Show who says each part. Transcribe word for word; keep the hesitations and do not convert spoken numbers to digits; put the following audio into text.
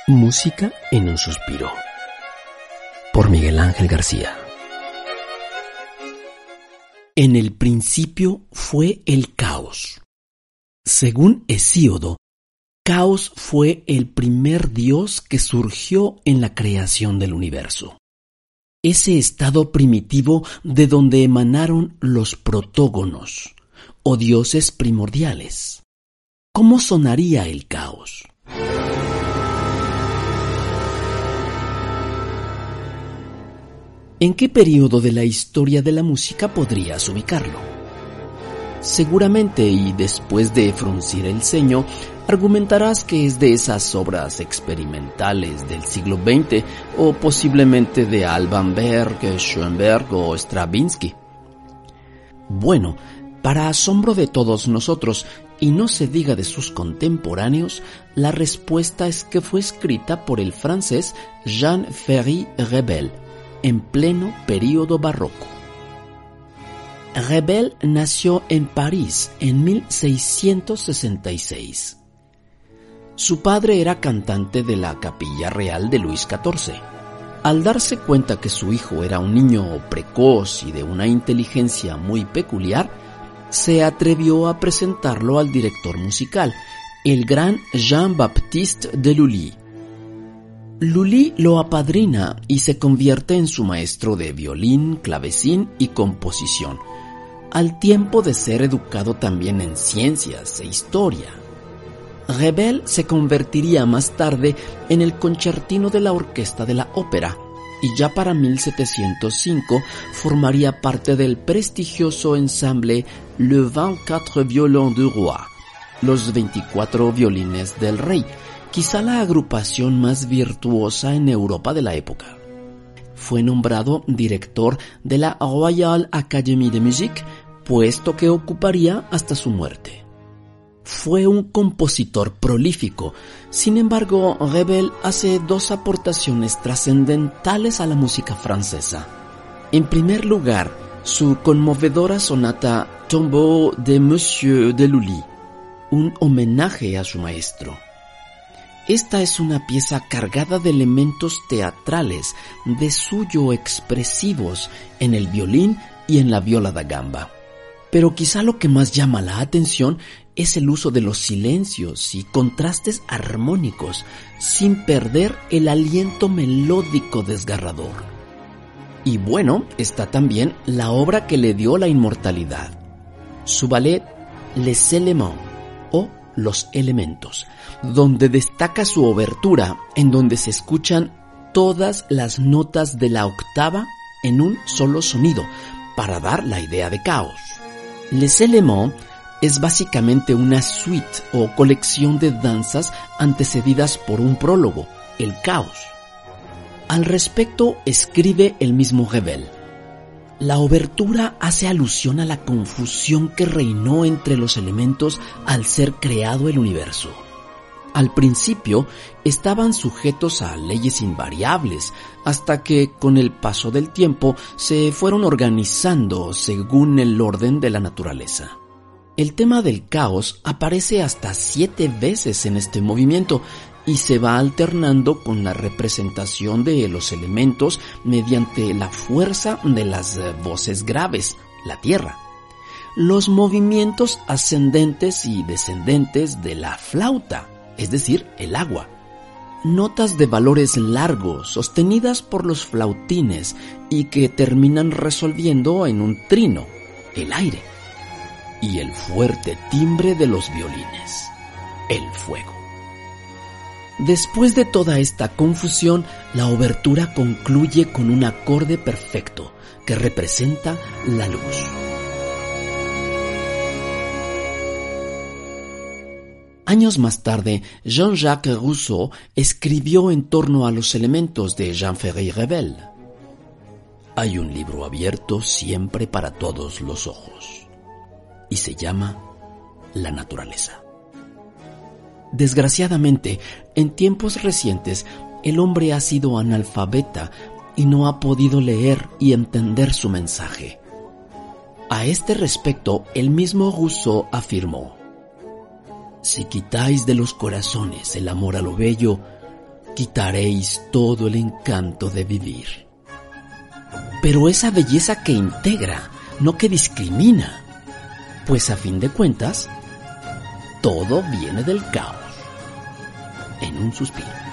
Speaker 1: Música en un suspiro, por Miguel Ángel García. En el principio fue el caos. Según Hesíodo, Caos fue el primer dios que surgió en la creación del universo. Ese estado primitivo de donde emanaron los protógonos, o dioses primordiales. ¿Cómo sonaría el caos? ¿En qué periodo de la historia de la música podrías ubicarlo? Seguramente, y después de fruncir el ceño, argumentarás que es de esas obras experimentales del siglo veinte o posiblemente de Alban Berg, Schoenberg o Stravinsky. Bueno, para asombro de todos nosotros, y no se diga de sus contemporáneos, la respuesta es que fue escrita por el francés Jean-Ferry Rebel, en pleno período barroco. Rebel nació en París en mil seiscientos sesenta y seis. Su padre era cantante de la Capilla Real de Luis catorce. Al darse cuenta que su hijo era un niño precoz y de una inteligencia muy peculiar, se atrevió a presentarlo al director musical, el gran Jean-Baptiste de Lully. Lully lo apadrina y se convierte en su maestro de violín, clavecín y composición, al tiempo de ser educado también en ciencias e historia. Rebel se convertiría más tarde en el concertino de la orquesta de la ópera y ya para mil setecientos cinco formaría parte del prestigioso ensamble Le veinticuatro Violons du Roi, los veinticuatro violines del rey, quizá la agrupación más virtuosa en Europa de la época. Fue nombrado director de la Royal Académie de Musique, puesto que ocuparía hasta su muerte. Fue un compositor prolífico. Sin embargo, Rebel hace dos aportaciones trascendentales a la música francesa. En primer lugar, su conmovedora sonata Tombeau de Monsieur de Lully, un homenaje a su maestro. Esta es una pieza cargada de elementos teatrales, de suyo expresivos en el violín y en la viola da gamba. Pero quizá lo que más llama la atención es el uso de los silencios y contrastes armónicos, sin perder el aliento melódico desgarrador. Y bueno, está también la obra que le dio la inmortalidad, su ballet Les Éléments, o Los Elementos, donde destaca su obertura, en donde se escuchan todas las notas de la octava en un solo sonido, para dar la idea de caos. Les Éléments es básicamente una suite o colección de danzas antecedidas por un prólogo, el caos. Al respecto escribe el mismo Rebel: la obertura hace alusión a la confusión que reinó entre los elementos al ser creado el universo. Al principio estaban sujetos a leyes invariables, hasta que con el paso del tiempo se fueron organizando según el orden de la naturaleza. El tema del caos aparece hasta siete veces en este movimiento y se va alternando con la representación de los elementos mediante la fuerza de las voces graves, la tierra, los movimientos ascendentes y descendentes de la flauta, es decir, el agua, notas de valores largos sostenidas por los flautines y que terminan resolviendo en un trino, el aire, y el fuerte timbre de los violines, el fuego. Después de toda esta confusión, la obertura concluye con un acorde perfecto que representa la luz. Años más tarde, Jean-Jacques Rousseau escribió en torno a los elementos de Jean-Ferry Rebel: hay un libro abierto siempre para todos los ojos, y se llama la naturaleza. Desgraciadamente, en tiempos recientes, el hombre ha sido analfabeta y no ha podido leer y entender su mensaje. A este respecto, el mismo Rousseau afirmó: si quitáis de los corazones el amor a lo bello, quitaréis todo el encanto de vivir. Pero esa belleza que integra, no que discrimina, pues a fin de cuentas, todo viene del caos. En un suspiro.